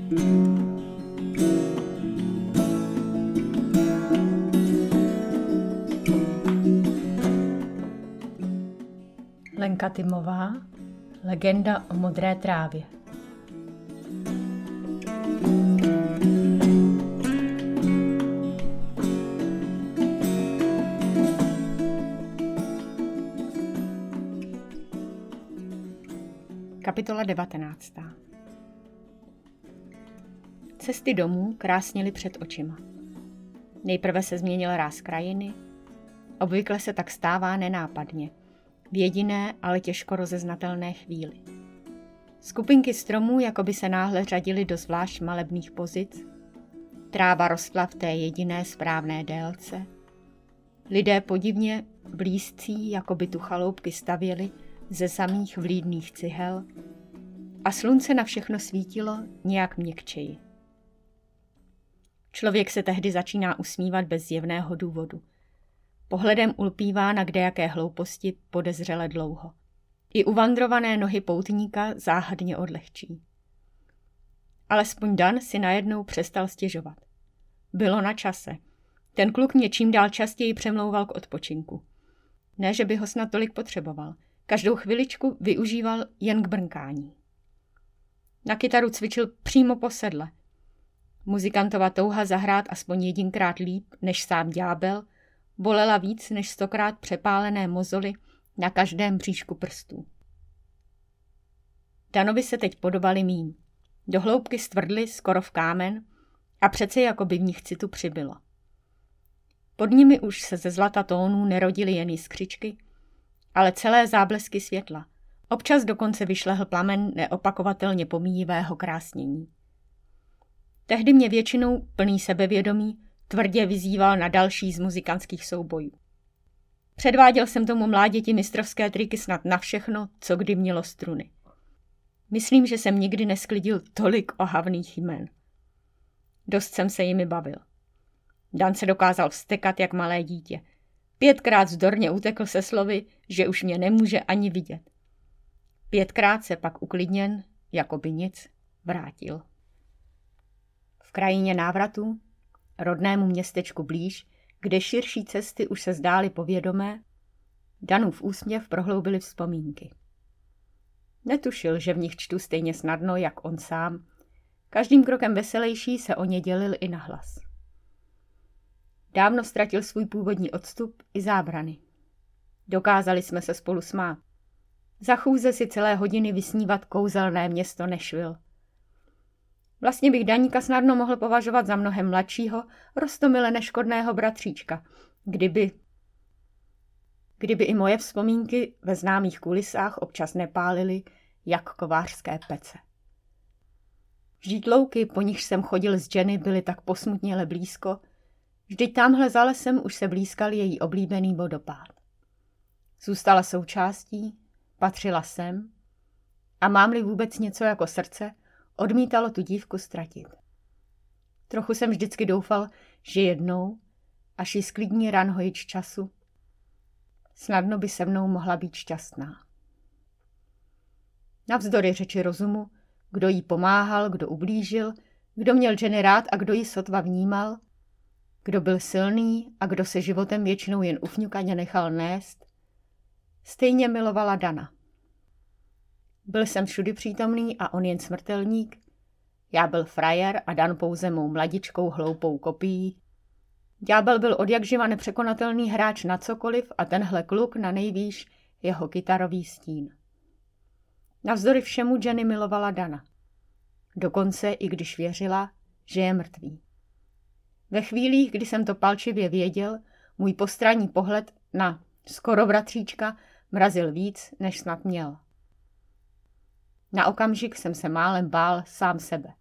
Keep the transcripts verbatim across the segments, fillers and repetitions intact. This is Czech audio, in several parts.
Lenka Tymová, Legenda o modré trávě. Kapitola devatenáctá. Cesty domů krásněly před očima. Nejprve se změnil ráz krajiny, obvykle se tak stává nenápadně, v jediné, ale těžko rozeznatelné chvíli. Skupinky stromů jakoby se náhle řadily do zvlášť malebných pozic, tráva rostla v té jediné správné délce, lidé podivně blízcí jakoby tu chaloupky stavěli ze samých vlídných cihel a slunce na všechno svítilo nějak měkčeji. Člověk se tehdy začíná usmívat bez zjevného důvodu. Pohledem ulpívá na kdejaké hlouposti podezřele dlouho. I uvandrované nohy poutníka záhadně odlehčí. Alespoň Dan si najednou přestal stěžovat. Bylo na čase. Ten kluk mě čím dál častěji přemlouval k odpočinku. Ne, že by ho snad tolik potřeboval. Každou chviličku využíval jen k brnkání. Na kytaru cvičil přímo po sedle. Muzikantova touha zahrát aspoň jedinkrát líp než sám ďábel bolela víc než stokrát přepálené mozoly na každém bříšku prstů. Danovi se teď podobali mým. Do hloubky stvrdly skoro v kámen a přece jako by v nich citu přibylo. Pod nimi už se ze zlata tónů nerodily jen jiskřičky, ale celé záblesky světla. Občas dokonce vyšlehl plamen neopakovatelně pomíjivého krásnění. Tehdy mě většinou, plný sebevědomí, tvrdě vyzýval na další z muzikantských soubojů. Předváděl jsem tomu mláděti mistrovské triky snad na všechno, co kdy mělo struny. Myslím, že jsem nikdy nesklidil tolik ohavných jmen. Dost jsem se jimi bavil. Dan se dokázal vztekat jak malé dítě. Pětkrát vzdorně utekl se slovy, že už mě nemůže ani vidět. Pětkrát se pak uklidněn, jako by nic, vrátil. V krajině návratu, rodnému městečku blíž, kde širší cesty už se zdály povědomé, Danův úsměv prohloubily vzpomínky. Netušil, že v nich čtu stejně snadno, jak on sám. Každým krokem veselejší se o ně dělil i nahlas. Dávno ztratil svůj původní odstup i zábrany. Dokázali jsme se spolu smát. Za chůze si celé hodiny vysnívat kouzelné město Nashville. Vlastně bych Daníka snadno mohl považovat za mnohem mladšího, roztomile neškodného bratříčka, kdyby... kdyby i moje vzpomínky ve známých kulisách občas nepálily, jak kovářské pece. Vždyť louky, po nichž jsem chodil s Jenny, byly tak posmutněle blízko, vždyť tamhle za lesem už se blízkal její oblíbený vodopád. Zůstala součástí, patřila sem a mám-li vůbec něco jako srdce, odmítalo tu dívku ztratit. Trochu jsem vždycky doufal, že jednou, až ji sklidní ran hojič času, snadno by se mnou mohla být šťastná. Navzdory řeči rozumu, kdo jí pomáhal, kdo ublížil, kdo měl Jenny rád a kdo ji sotva vnímal, kdo byl silný a kdo se životem většinou jen ufňukaně nechal nést, stejně milovala Dana. Byl jsem všudy přítomný a on jen smrtelník. Já byl frajer a Dan pouze mou mladičkou hloupou kopií. Ďábel byl odjakživa nepřekonatelný hráč na cokoliv a tenhle kluk na nejvýš jeho kytarový stín. Navzdory všemu Jenny milovala Dana. Dokonce i když věřila, že je mrtvý. Ve chvílích, kdy jsem to palčivě věděl, můj postranní pohled na skoro bratříčka mrazil víc, než snad měl. Na okamžik jsem se málem bál sám sebe.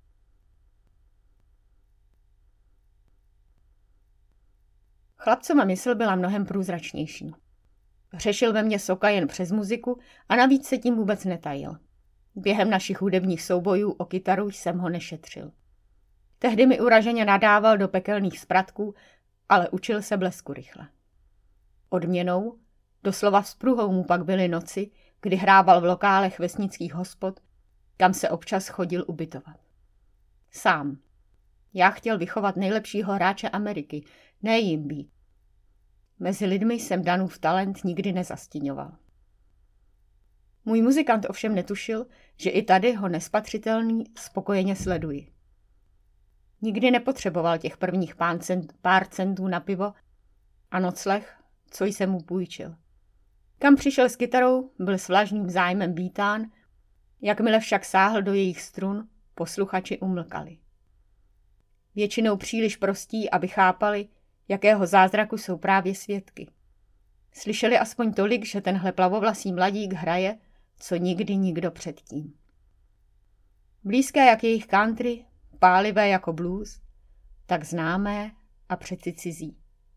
Chlapcova mysl byla mnohem průzračnější. Řešil ve mně soka jen přes muziku a navíc se tím vůbec netajil. Během našich hudebních soubojů o kytaru jsem ho nešetřil. Tehdy mi uraženě nadával do pekelných spratků, ale učil se blesku rychle. Odměnou, doslova vzpruhou mu pak byly noci, kdy hrával v lokálech vesnických hospod, kam se občas chodil ubytovat. Sám. Já chtěl vychovat nejlepšího hráče Ameriky, ne jim být. Mezi lidmi jsem Danův talent nikdy nezastíňoval. Můj muzikant ovšem netušil, že i tady ho nespatřitelný spokojeně sleduji. Nikdy nepotřeboval těch prvních pár centů na pivo a nocleh, co jsem mu půjčil. Kam přišel s kytarou, byl s vlažným zájmem vítán, jakmile však sáhl do jejich strun, posluchači umlkali. Většinou příliš prostí, aby chápali, jakého zázraku jsou právě svědky. Slyšeli aspoň tolik, že tenhle plavovlasý mladík hraje, co nikdy nikdo předtím. Blízké jak jejich country, pálivé jako blues, tak známé a přeci cizí.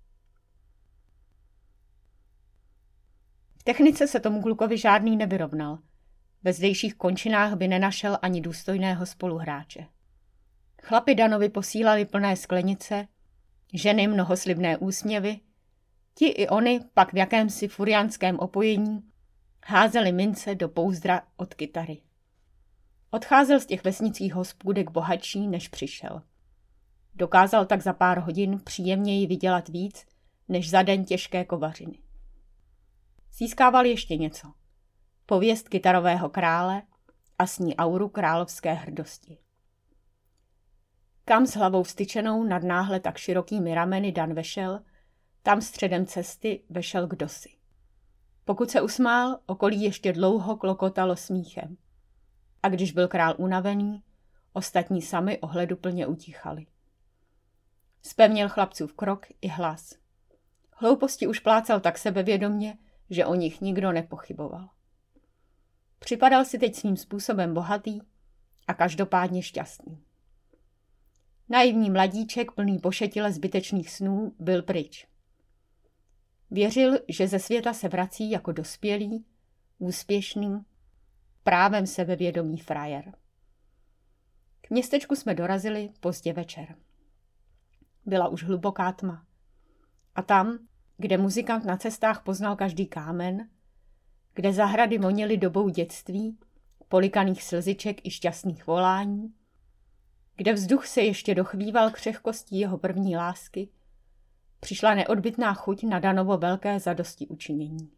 V technice se tomu klukovi žádný nevyrovnal. Ve zdejších končinách by nenašel ani důstojného spoluhráče. Chlapi Danovi posílali plné sklenice, ženy mnohoslibné úsměvy, ti i oni pak v jakémsi furiánském opojení házeli mince do pouzdra od kytary. Odcházel z těch vesnických hospůdek bohatší, než přišel. Dokázal tak za pár hodin příjemněji vydělat víc, než za den těžké kovařiny. Získával ještě něco. Pověst kytarového krále a s ní auru královské hrdosti. Kam s hlavou vstyčenou nad náhle tak širokými rameny Dan vešel, tam středem cesty vešel kdosi. Pokud se usmál, okolí ještě dlouho klokotalo smíchem. A když byl král unavený, ostatní sami ohleduplně utichali. Zpevnil chlapcův krok i hlas. Hlouposti už plácal tak sebevědomně, že o nich nikdo nepochyboval. Připadal si teď svým způsobem bohatý a každopádně šťastný. Naivní mladíček plný pošetile zbytečných snů byl pryč. Věřil, že ze světa se vrací jako dospělý, úspěšný, právem sebevědomý frajer. K městečku jsme dorazili pozdě večer. Byla už hluboká tma. A tam, kde muzikant na cestách poznal každý kámen, kde zahrady vonily dobou dětství, polikaných slziček i šťastných volání, kde vzduch se ještě dochvíval křehkostí jeho první lásky, přišla neodbytná chuť na Danovo velké zadosti učinění.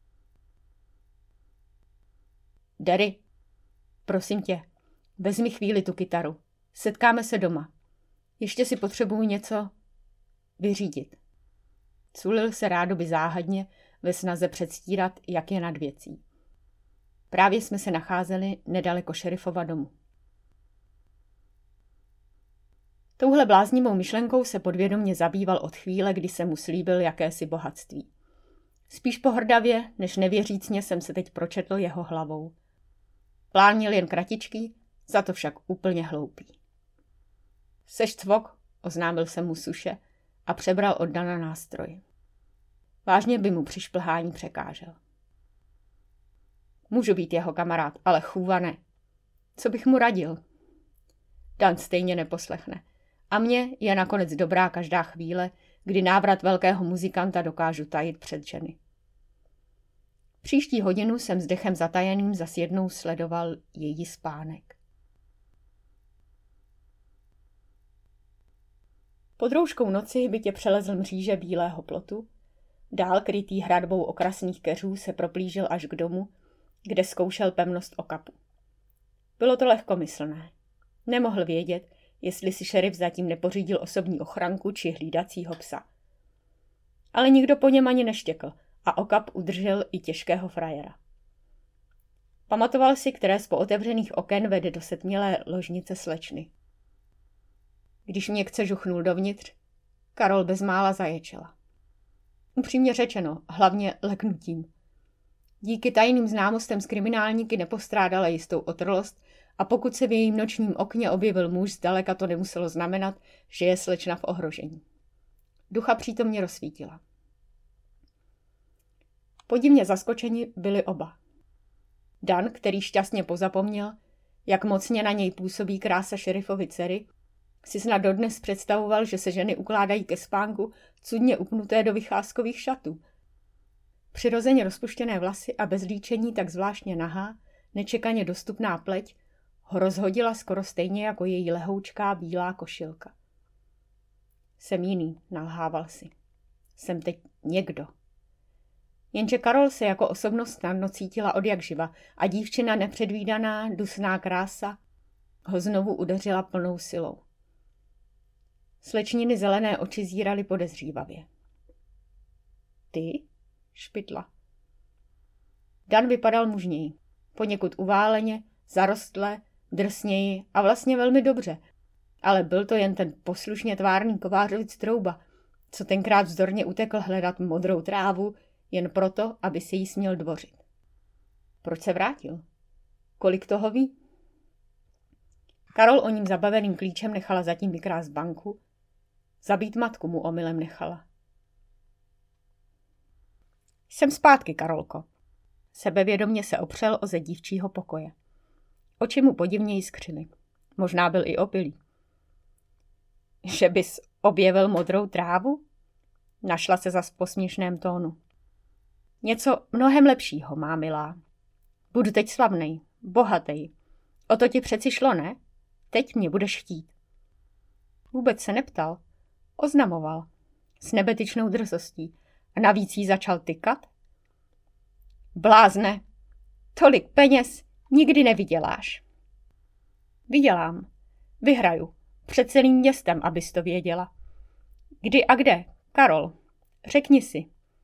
Derry, prosím tě, vezmi chvíli tu kytaru. Setkáme se doma. Ještě si potřebuju něco vyřídit. Culil se rádoby záhadně ve snaze předstírat, jak je nad věcí. Právě jsme se nacházeli nedaleko šerifova domu. Touhle bláznivou myšlenkou se podvědomě zabýval od chvíle, kdy se mu slíbil jakési bohatství. Spíš pohrdavě, než nevěřícně jsem se teď pročetl jeho hlavou. Plán měl jen kratičký, za to však úplně hloupý. Seš cvok, oznámil jsem mu suše a přebral od Dana nástroj. Vážně by mu při šplhání překážel. Můžu být jeho kamarád, ale chůva ne. Co bych mu radil? Dan stejně neposlechne. A mně je nakonec dobrá každá chvíle, kdy návrat velkého muzikanta dokážu tajit před ženy. Příští hodinu jsem s dechem zatajeným zas jednou sledoval její spánek. Pod rouškou noci bytě přelezl mříže bílého plotu, dál krytý hradbou okrasných keřů se proplížil až k domu, kde zkoušel pevnost okapu. Bylo to lehkomyslné. Nemohl vědět, jestli si šerif zatím nepořídil osobní ochranku či hlídacího psa. Ale nikdo po něm ani neštěkl a okap udržel i těžkého frajera. Pamatoval si, které z pootevřených oken vede do setmělé ložnice slečny. Když měkce žuchnul dovnitř, Karol bezmála zaječela. Upřímně řečeno, hlavně leknutím. Díky tajným známostem s kriminálníky nepostrádala jistou otrlost a pokud se v jejím nočním okně objevil muž, zdaleka to nemuselo znamenat, že je slečna v ohrožení. Ducha přítomně rozsvítila. Podivně zaskočeni byli oba. Dan, který šťastně pozapomněl, jak mocně na něj působí krása šerifovy dcery, si snad dodnes představoval, že se ženy ukládají ke spánku cudně upnuté do vycházkových šatů. Přirozeně rozpuštěné vlasy a bez líčení tak zvláštně nahá, nečekaně dostupná pleť ho rozhodila skoro stejně jako její lehoučká bílá košilka. Jsem jiný, nalhával si. Jsem teď někdo. Jenže Karol se jako osobnost snadno cítila odjakživa a dívčina nepředvídaná, dusná krása ho znovu udeřila plnou silou. Slečniny zelené oči zíraly podezřívavě. Ty? Špitla. Dan vypadal mužněji, poněkud uváleně, zarostle, drsněji a vlastně velmi dobře, ale byl to jen ten poslušně tvárný kovářovic Trouba, co tenkrát vzdorně utekl hledat modrou trávu, jen proto, aby se jí směl dvořit. Proč se vrátil? Kolik toho ví? Karol o ním zabaveným klíčem nechala zatím vykrást banku, zabít matku mu omylem nechala. Jsem zpátky, Karolko. Sebevědomě se opřel o ze dívčího pokoje. Oči mu podivně jiskřily. Možná byl i opilý. Že bys objevil modrou trávu? Našla se zas v posměšném tónu. Něco mnohem lepšího, má milá. Budu teď slavnej, bohatý. O to ti přeci šlo, ne? Teď mě budeš chtít. Vůbec se neptal. Oznamoval. S nebetyčnou drzostí. A navíc jí začal tykat. Blázne. Tolik peněz nikdy nevyděláš. Vydělám. Vyhraju. Před celým městem, abys to věděla. Kdy a kde, Karol? Řekni si.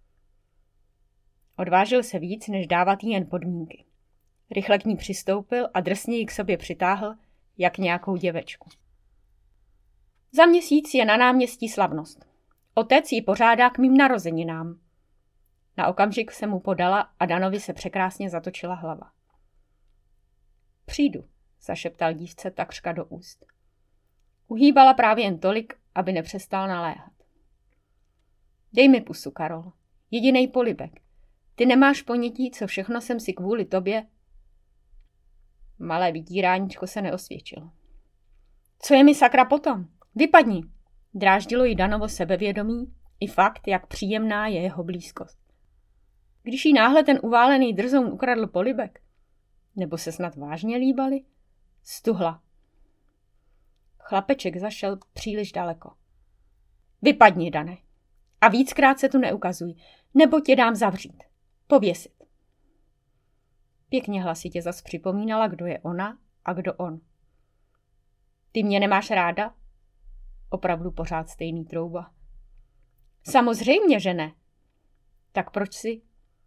Odvážil se víc, než dávat jí jen podmínky. Rychle k ní přistoupil a drsně ji k sobě přitáhl, jak nějakou děvečku. Za měsíc je na náměstí slavnost. Otec ji pořádá k mým narozeninám. Na okamžik se mu podala a Danovi se překrásně zatočila hlava. Přijdu, zašeptal dívce takřka do úst. Uhýbala právě jen tolik, aby nepřestal naléhat. Dej mi pusu, Karol. Jedinej polibek. Ty nemáš ponětí, co všechno jsem si kvůli tobě... Malé vydíráníčko se neosvědčilo. Co je mi sakra potom? Vypadni! Dráždilo jí Danovo sebevědomí i fakt, jak příjemná je jeho blízkost. Když jí náhle ten uválený drzoun ukradl polibek, nebo se snad vážně líbali, stuhla. Chlapeček zašel příliš daleko. Vypadni, Dane. A víckrát se tu neukazuj, nebo tě dám zavřít. Pověsit. Pěkně hlasitě zas připomínala, kdo je ona a kdo on. Ty mě nemáš ráda? Opravdu pořád stejný Trouba. Samozřejmě, že ne. Tak proč si?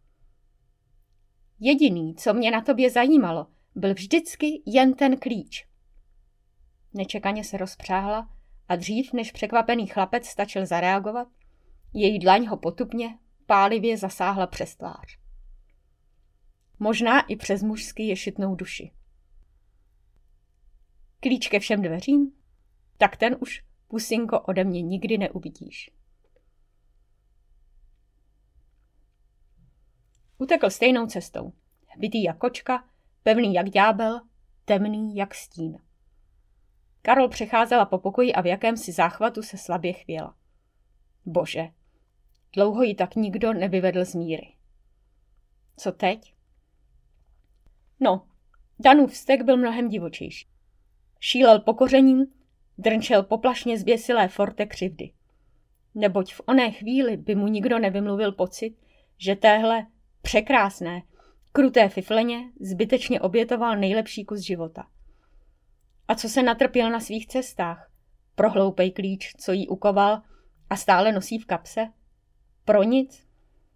Jediný, co mě na tobě zajímalo, byl vždycky jen ten klíč. Nečekaně se rozpřáhla a dřív, než překvapený chlapec stačil zareagovat, její dlaň ho potupně, pálivě zasáhla přes tvář. Možná i přes mužsky ješitnou duši. Klíč ke všem dveřím? Tak ten už, pusinko, ode mě nikdy neuvidíš. Utekl stejnou cestou. Hbitý jak kočka, pevný jak ďábel, temný jak stín. Karol přecházela po pokoji a v jakémsi záchvatu se slabě chvěla. Bože, dlouho ji tak nikdo nevyvedl z míry. Co teď? No, Danův vztek byl mnohem divočejší. Šílel pokořením, drnčel poplašně zběsilé forte křivdy. Neboť v oné chvíli by mu nikdo nevymluvil pocit, že téhle překrásné, kruté fifleně zbytečně obětoval nejlepší kus života. A co se natrpěl na svých cestách? Pro hloupej klíč, co jí ukoval a stále nosí v kapse? Pro nic?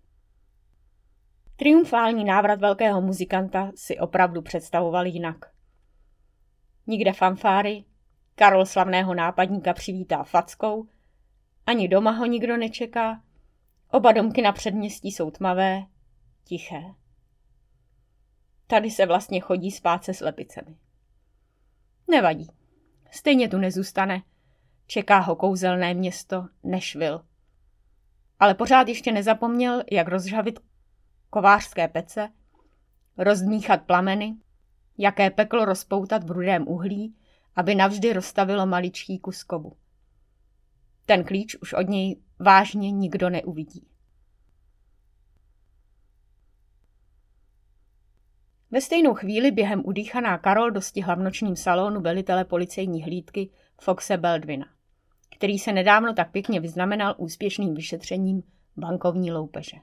Triumfální návrat velkého muzikanta si opravdu představoval jinak. Nikde fanfáry, Karol slavného nápadníka přivítá fackou, ani doma ho nikdo nečeká, oba domky na předměstí jsou tmavé, tiché. Tady se vlastně chodí spát se slepicemi. Nevadí, stejně tu nezůstane, čeká ho kouzelné město Nashville. Ale pořád ještě nezapomněl, jak rozžhavit kovářské pece, rozdmíchat plameny, jaké peklo rozpoutat v rudém uhlí, aby navždy rozstavilo maličký kus kovu. Ten klíč už od něj vážně nikdo neuvidí. Ve stejnou chvíli během udýchaná Karol dostihla v nočním salonu velitele policejní hlídky Foxe Baldwina, který se nedávno tak pěkně vyznamenal úspěšným vyšetřením bankovní loupeže.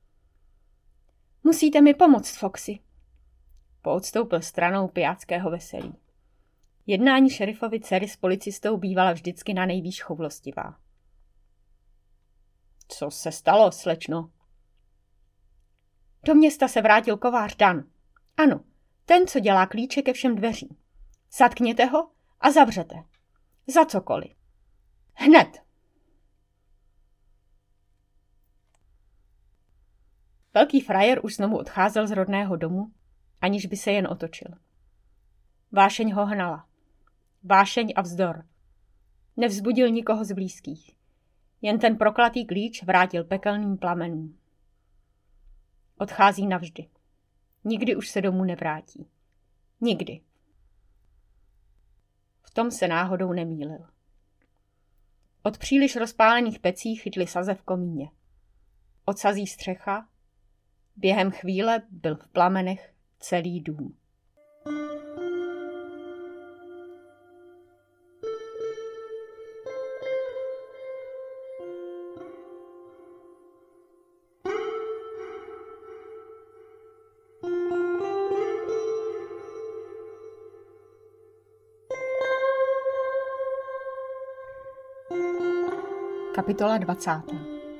Musíte mi pomoct, Foxy. Poodstoupil stranou pijáckého veselí. Jednání šerifovy dcery s policistou bývala vždycky na nejvýš choulostivá. Co se stalo, slečno? Do města se vrátil kovář Dan. Ano, ten, co dělá klíče ke všem dveřím. Zatkněte ho a zavřete. Za cokoliv. Hned. Velký frajer už znovu odcházel z rodného domu, aniž by se jen otočil. Vášeň ho hnala. Vášeň a vzdor. Nevzbudil nikoho z blízkých. Jen ten proklatý klíč vrátil pekelným plamenům. Odchází navždy. Nikdy už se domů nevrátí. Nikdy. V tom se náhodou nemýlil. Od příliš rozpálených pecí chytli saze v komíně. Odsazí střecha. Během chvíle byl v plamenech celý dům. Kapitola dvacátá.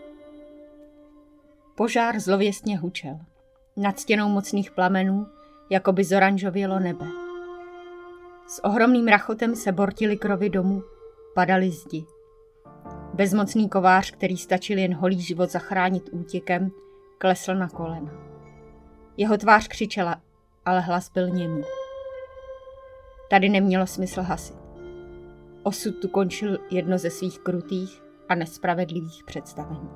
Požár zlověstně hučel. Nad stěnou mocných plamenů, jako by zoranžovělo nebe. S ohromným rachotem se bortily krovy domu, padaly zdi. Bezmocný kovář, který stačil jen holý život zachránit útěkem, klesl na kolena. Jeho tvář křičela, ale hlas byl němý. Tady nemělo smysl hasit. Osud tu končil jedno ze svých krutých a nespravedlivých představení.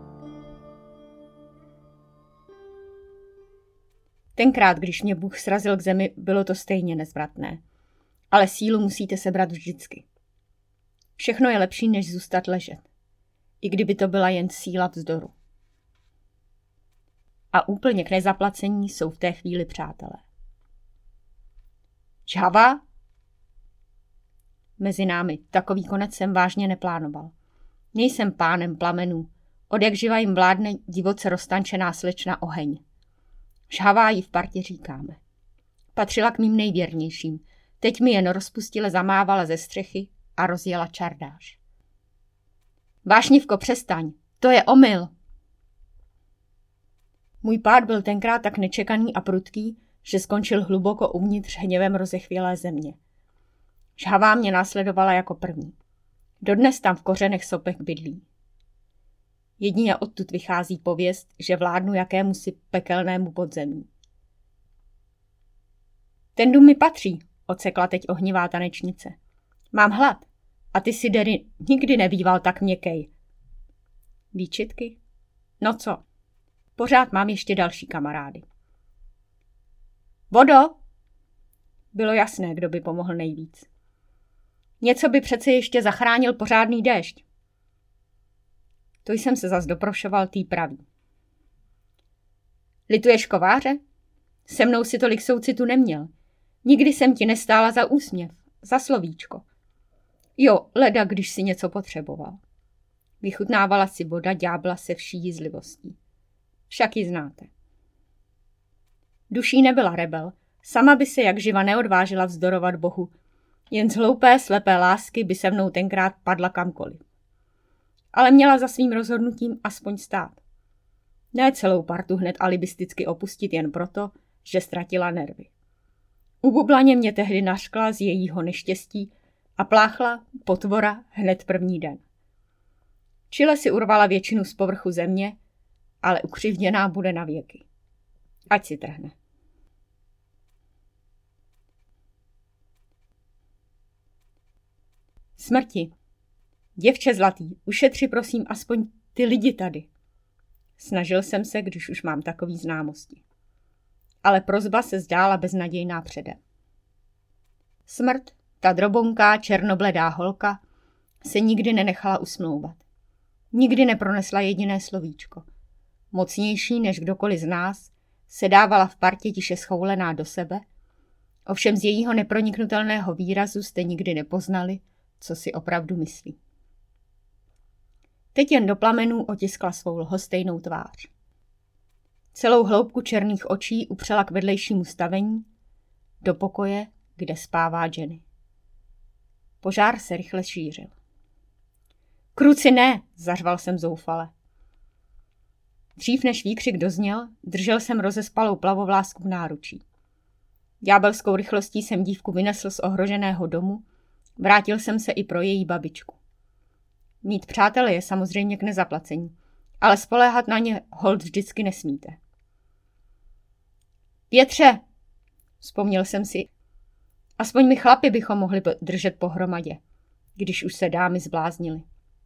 Tenkrát, když mě Bůh srazil k zemi, bylo to stejně nezvratné. Ale sílu musíte sebrat vždycky. Všechno je lepší, než zůstat ležet. I kdyby to byla jen síla vzdoru. A úplně k nezaplacení jsou v té chvíli přátelé. Žhava? Mezi námi takový konec jsem vážně neplánoval. Nejsem pánem plamenů, odjakživa jim vládne divoce roztančená slečna Oheň. Žhavá jí v partě říkáme. Patřila k mým nejvěrnějším, teď mi jen rozpustile zamávala ze střechy a rozjela čardáš. Vášnivko, přestaň, to je omyl. Můj pád byl tenkrát tak nečekaný a prudký, že skončil hluboko uvnitř hněvem rozechvělé země. Žhavá mě následovala jako první. Dodnes tam v kořenech sopek bydlí. Jedině odtud vychází pověst, že vládnu jakémusi pekelnému podzemí. Ten dům mi patří, odsekla teď ohnivá tanečnice. Mám hlad a ty si, Derry, nikdy nebýval tak měkkej. Výčitky? No co? Pořád mám ještě další kamarády. Vodo! Bylo jasné, kdo by pomohl nejvíc. Něco by přece ještě zachránil pořádný déšť. To jsem se zas doprošoval tý pravý. Lituješ kováře? Se mnou si tolik soucitu neměl. Nikdy jsem ti nestála za úsměv, za slovíčko. Jo, leda, když si něco potřeboval. Vychutnávala si voda ďábla se vší jízlivostí. Však ji znáte. Duší nebyla rebel, sama by se jak živa neodvážila vzdorovat Bohu, jen z hloupé, slepé lásky by se mnou tenkrát padla kamkoliv. Ale měla za svým rozhodnutím aspoň stát. Ne celou partu hned alibisticky opustit jen proto, že ztratila nervy. Ubublaně mě tehdy naškla z jejího neštěstí a pláchla potvora hned první den. Čile si urvala většinu z povrchu země, ale ukřivděná bude na věky. Ať si trhne. Smrti. Děvče zlatý, ušetři prosím aspoň ty lidi tady. Snažil jsem se, když už mám takový známosti. Ale prosba se zdála beznadějná předem. Smrt, ta drobonká, černobledá holka, se nikdy nenechala usmlouvat. Nikdy nepronesla jediné slovíčko. Mocnější než kdokoliv z nás Sedávala v partě tiše schoulená do sebe, ovšem z jejího neproniknutelného výrazu jste nikdy nepoznali, co si opravdu myslí. Teď jen do plamenů otiskla svou lhostejnou tvář. Celou hloubku černých očí upřela k vedlejšímu stavení, do pokoje, kde spává Jenny. Požár se rychle šířil. Kruci ne, zařval jsem zoufale. Dřív než výkřik dozněl, držel jsem rozespalou plavovlásku v náručí. Ďábelskou rychlostí jsem dívku vynesl z ohroženého domu, vrátil jsem se i pro její babičku. Mít přátele je samozřejmě k nezaplacení, ale spoléhat na ně holt vždycky nesmíte. Pětře, vzpomněl jsem si, aspoň my chlapi bychom mohli držet pohromadě, když už se dámy zbláznily.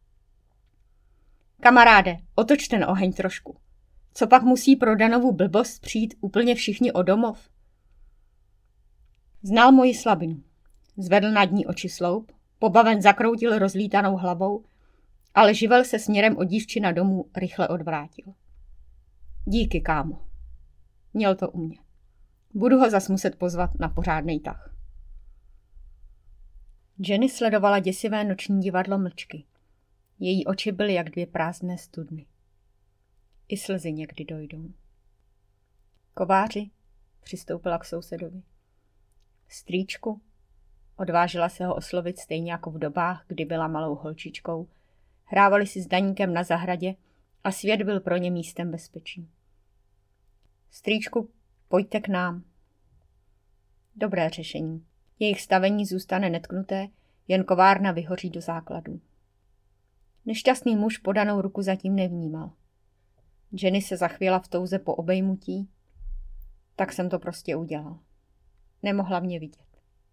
Kamaráde, otoč ten oheň trošku. Co pak musí pro Danovu blbost přijít úplně všichni o domov? Znal moji slabinu. Zvedl nad ní oči sloup, pobaven zakroutil rozlítanou hlavou, ale živel se směrem od dívčina domů rychle odvrátil. Díky, kámo. Měl to u mě. Budu ho zas muset pozvat na pořádnej tah. Jenny sledovala děsivé noční divadlo mlčky. Její oči byly jak dvě prázdné studny. I slzy někdy dojdou. Kováři, přistoupila k sousedovi. Strýčku, odvážila se ho oslovit stejně jako v dobách, kdy byla malou holčičkou. Hrávali si s Daníkem na zahradě a svět byl pro ně místem bezpečí. Strýčku, pojďte k nám. Dobré řešení. Jejich stavení zůstane netknuté, jen kovárna vyhoří do základů. Nešťastný muž podanou ruku zatím nevnímal. Jenny se zachvěla v touze po obejmutí, tak jsem to prostě udělal. Nemohla mě vidět.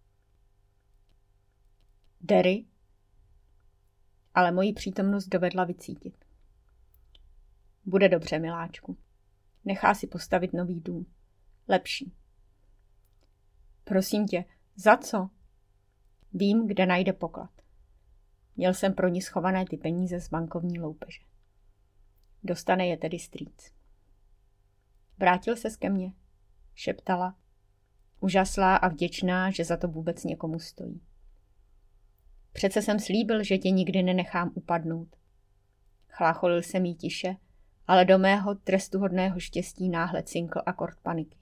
Derry, ale moji přítomnost dovedla vycítit. Bude dobře, miláčku. Nechá si postavit nový dům. Lepší. Prosím tě, za co? Vím, kde najde poklad. Měl jsem pro ní schované ty peníze z bankovní loupeže. Dostane je tedy strýc. Vrátil ses ke mně, šeptala, úžaslá a vděčná, že za to vůbec někomu stojí. Přece jsem slíbil, že tě nikdy nenechám upadnout. Chlácholil jsem jí tiše, ale do mého trestuhodného štěstí náhle cinkl akord paniky.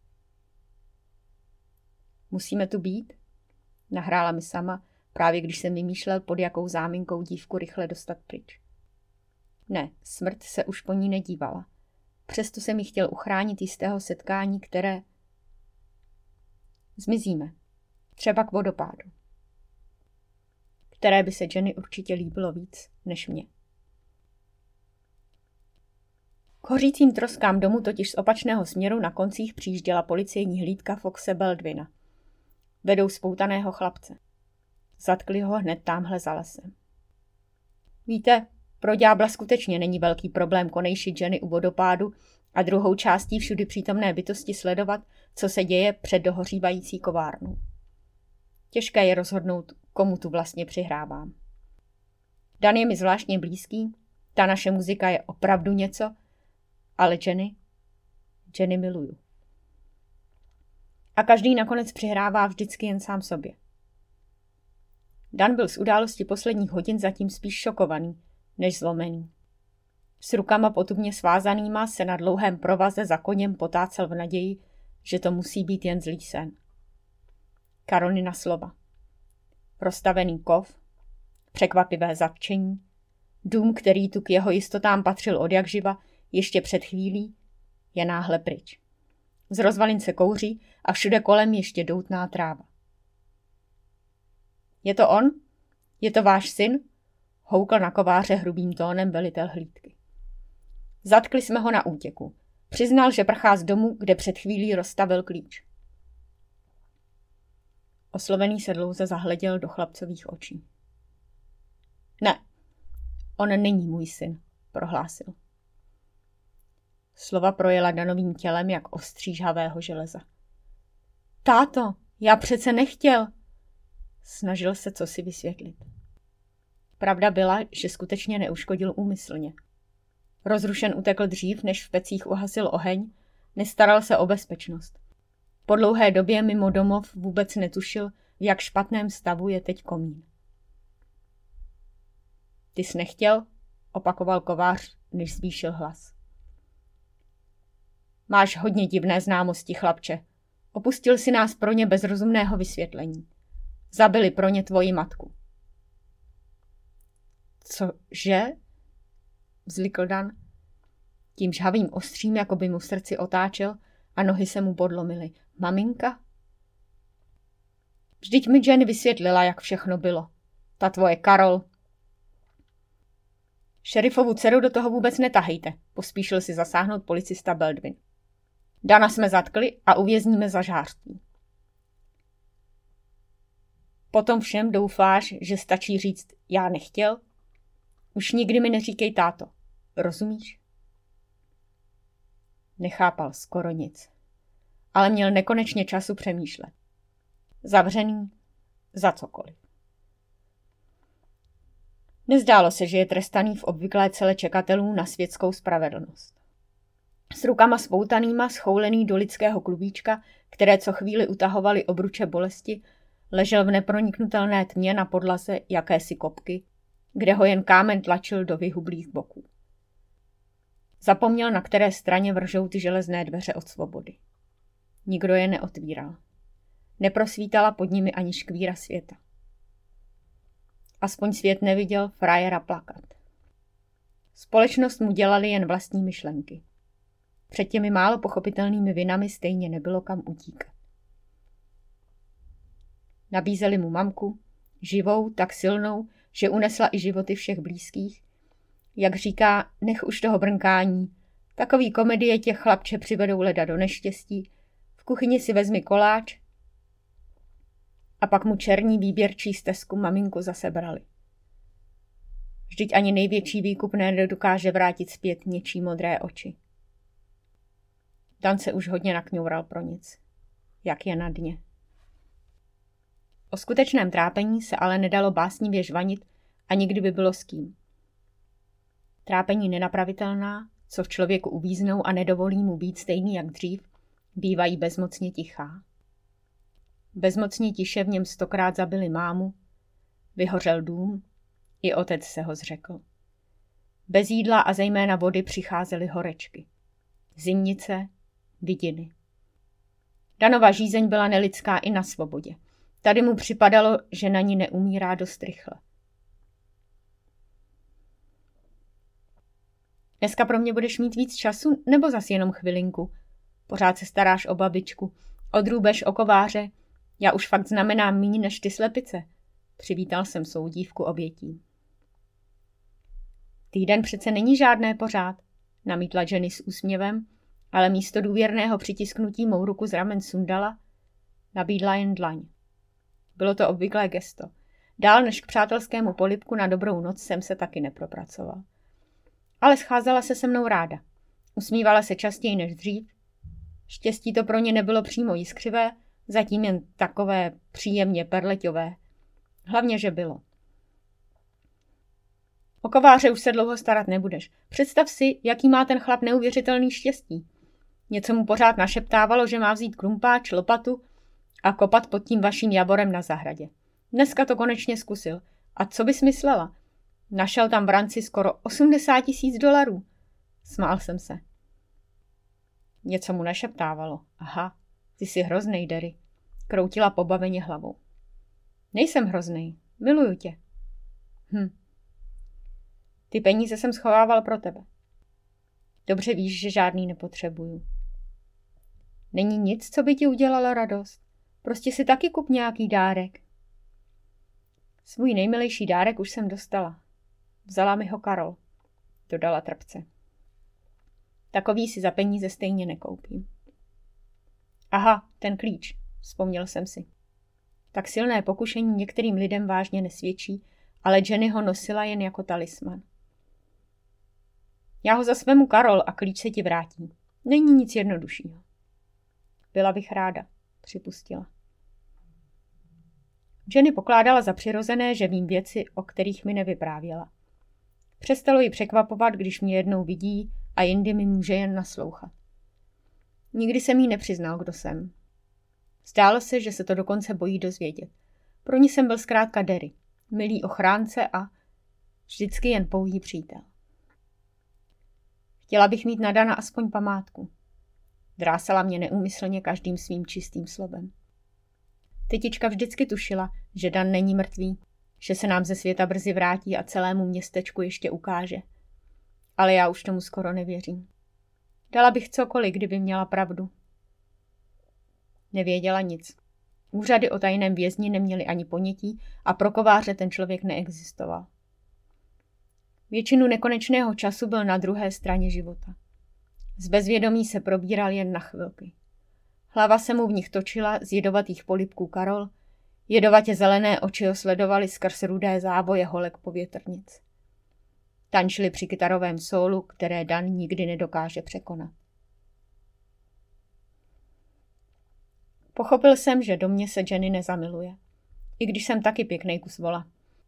Musíme tu být? Nahrála mi sama, právě když jsem vymýšlel, pod jakou záminkou dívku rychle dostat pryč. Ne, smrt se už po ní nedívala. Přesto jsem ji chtěl uchránit jistého setkání, které... Zmizíme. Třeba k vodopádu. Které by se Jenny určitě líbilo víc než mě. K hořícím troskám domu totiž z opačného směru na koncích přijížděla policejní hlídka Foxe Baldwina. Vedou spoutaného chlapce. Zatkli ho hned támhle za lesem. Víte, pro ďábla skutečně není velký problém konejšit Jenny u vodopádu a druhou částí všudy přítomné bytosti sledovat, co se děje před dohořívající kovárnou. Těžké je rozhodnout, komu tu vlastně přihrávám. Dan je mi zvláštně blízký, ta naše muzika je opravdu něco, ale Jenny, Jenny miluju. A každý nakonec přihrává vždycky jen sám sobě. Dan byl z události posledních hodin zatím spíš šokovaný, než zlomený. S rukama potupně svázanýma se na dlouhém provaze za koněm potácel v naději, že to musí být jen zlý sen. Karolina slova. Rozstavený kov, překvapivé zatčení, dům, který tu k jeho jistotám patřil odjakživa, ještě před chvílí, je náhle pryč. Z rozvalin se kouří a všude kolem ještě doutná tráva. Je to on? Je to váš syn? Houkl na kováře hrubým tónem velitel hlídky. Zatkli jsme ho na útěku. Přiznal, že prchá z domu, kde před chvílí rozstavil klíč. Oslovený se dlouze zahleděl do chlapcových očí. Ne, on není můj syn, prohlásil. Slova projela Danovým tělem jak ostří žhavého železa. Táto, já přece nechtěl. Snažil se cosi vysvětlit. Pravda byla, že skutečně neuškodil úmyslně. Rozrušen utekl dřív, než v pecích uhasil oheň, Nestaral se o bezpečnost. Po dlouhé době mimo domov vůbec netušil, v jak špatném stavu je teď komín. Ty jsi nechtěl? Opakoval kovář, než zvýšil hlas. Máš hodně divné známosti, chlapče. Opustil si nás pro ně bez rozumného vysvětlení. Zabili pro ně tvoji matku. Cože? Vzlikl Dan. Tím žhavým ostřím, jako by mu srdci otáčel a nohy se mu podlomily. Maminka? Vždyť mi Jenny vysvětlila, jak všechno bylo. Ta tvoje Karol. Šerifovu dceru do toho vůbec netahejte, pospíšil si zasáhnout policista Baldwin. Dana jsme zatkli a uvězníme za žhářství. Potom všem doufáš, že stačí říct já nechtěl? Už nikdy mi neříkej táto. Rozumíš? Nechápal skoro nic, ale měl nekonečně času přemýšlet. Zavřený za cokoliv. Nezdálo se, že je trestaný v obvyklé cele čekatelů na světskou spravedlnost. S rukama spoutanýma, schoulený do lidského klubíčka, které co chvíli utahovaly obruče bolesti, ležel v neproniknutelné tmě na podlaze jakési kopky, kde ho jen kámen tlačil do vyhublých boků. Zapomněl, na které straně vržou ty železné dveře od svobody. Nikdo je neotvíral. Neprosvítala pod nimi ani škvíra světa. Aspoň svět neviděl frajera plakat. Společnost mu dělali jen vlastní myšlenky. Před těmi málo pochopitelnými vinami stejně nebylo kam utíkat. Nabízeli mu mamku, živou, tak silnou, že unesla i životy všech blízkých. Jak říká, nech už toho brnkání. Takový komedie těch chlapče přivedou leda do neštěstí. V kuchyni si vezmi koláč. A pak mu černí výběrčí stezku maminku zase brali. Vždyť ani největší výkupné nedokáže vrátit zpět něčí modré oči. Dan se už hodně nakňoural pro nic. Jak je na dně. O skutečném trápení se ale nedalo básnivě žvanit a nikdy by bylo s kým. Trápení nenapravitelná, co v člověku uvíznou a nedovolí mu být stejný jak dřív, bývají bezmocně tichá. Bezmocně tiše v něm stokrát zabili mámu, vyhořel dům, i otec se ho zřekl. Bez jídla a zejména vody přicházely horečky. Zimnice, vidiny. Danova žízeň byla nelidská i na svobodě. Tady mu připadalo, že na ní neumírá dost rychle. Dneska pro mě budeš mít víc času, nebo zas jenom chvilinku? Pořád se staráš o babičku, odrůbeš o kováře. Já už fakt znamenám míň než ty slepice. Přivítal jsem soudívku obětí. Týden přece není žádné pořád, namítla Jenny s úsměvem, ale místo důvěrného přitisknutí mou ruku z ramen sundala, nabídla jen dlaň. Bylo to obvyklé gesto. Dál než k přátelskému polibku na dobrou noc jsem se taky nepropracoval. Ale scházela se se mnou ráda. Usmívala se častěji než dřív. Štěstí to pro ně nebylo přímo jiskřivé, zatím jen takové příjemně perleťové. Hlavně, že bylo. O kováře už se dlouho starat nebudeš. Představ si, jaký má ten chlap neuvěřitelný štěstí. Něco mu pořád našeptávalo, že má vzít krumpáč, lopatu a kopat pod tím vaším javorem na zahradě. Dneska to konečně zkusil. A co bys myslela? Našel tam v ranci skoro osmdesát tisíc dolarů. Smál jsem se. Něco mu našeptávalo. Aha, ty jsi hroznej, Derry. Kroutila pobaveně hlavou. Nejsem hroznej, miluju tě. Hm. Ty peníze jsem schovával pro tebe. Dobře víš, že žádný nepotřebuju. Není nic, co by ti udělalo radost. Prostě si taky kup nějaký dárek. Svůj nejmilejší dárek už jsem dostala. Vzala mi ho Karol, dodala trpce. Takový si za peníze stejně nekoupím. Aha, ten klíč, vzpomněl jsem si. Tak silné pokušení některým lidem vážně nesvědčí, ale Jenny ho nosila jen jako talisman. Já ho zasvemu, Karol, a klíč se ti vrátí. Není nic jednoduššího. Byla bych ráda, připustila. Jenny pokládala za přirozené, že vím věci, o kterých mi nevyprávěla. Přestalo ji překvapovat, když mě jednou vidí a jindy mi může jen naslouchat. Nikdy jsem jí nepřiznal, kdo jsem. Zdálo se, že se to dokonce bojí dozvědět. Pro ní jsem byl zkrátka Derry, milý ochránce a vždycky jen pouhý přítel. Chtěla bych mít na Dana aspoň památku. Drásala mě neúmyslně každým svým čistým slovem. Tetička vždycky tušila, že Dan není mrtvý, že se nám ze světa brzy vrátí a celému městečku ještě ukáže. Ale já už tomu skoro nevěřím. Dala bych cokoliv, kdyby měla pravdu. Nevěděla nic. Úřady o tajném vězni neměly ani ponětí a pro kováře ten člověk neexistoval. Většinu nekonečného času byl na druhé straně života. Z bezvědomí se probíral jen na chvilky. Hlava se mu v nich točila z jedovatých polibků Karol, jedovatě zelené oči ho sledovaly skrz rudé závoje holek povětrnic. Tančili při kytarovém sólu, které Dan nikdy nedokáže překonat. Pochopil jsem, že do mě se Jenny nezamiluje, i když jsem taky pěknej kus vola.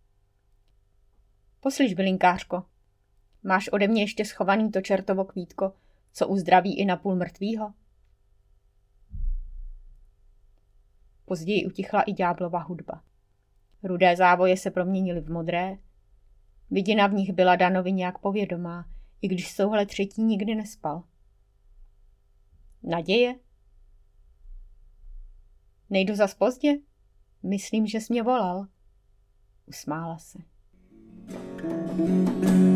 Poslyš, bylinkářko, máš ode mě ještě schovaný to čertovo kvítko, co uzdraví i napůl mrtvýho? Později utichla i ďáblova hudba. Rudé závoje se proměnily v modré. Vidina v nich byla Danovi nějak povědomá, i když s touhle třetí nikdy nespal. Naděje? Nejdu zas pozdě? Myslím, že jsi mě volal. Usmála se.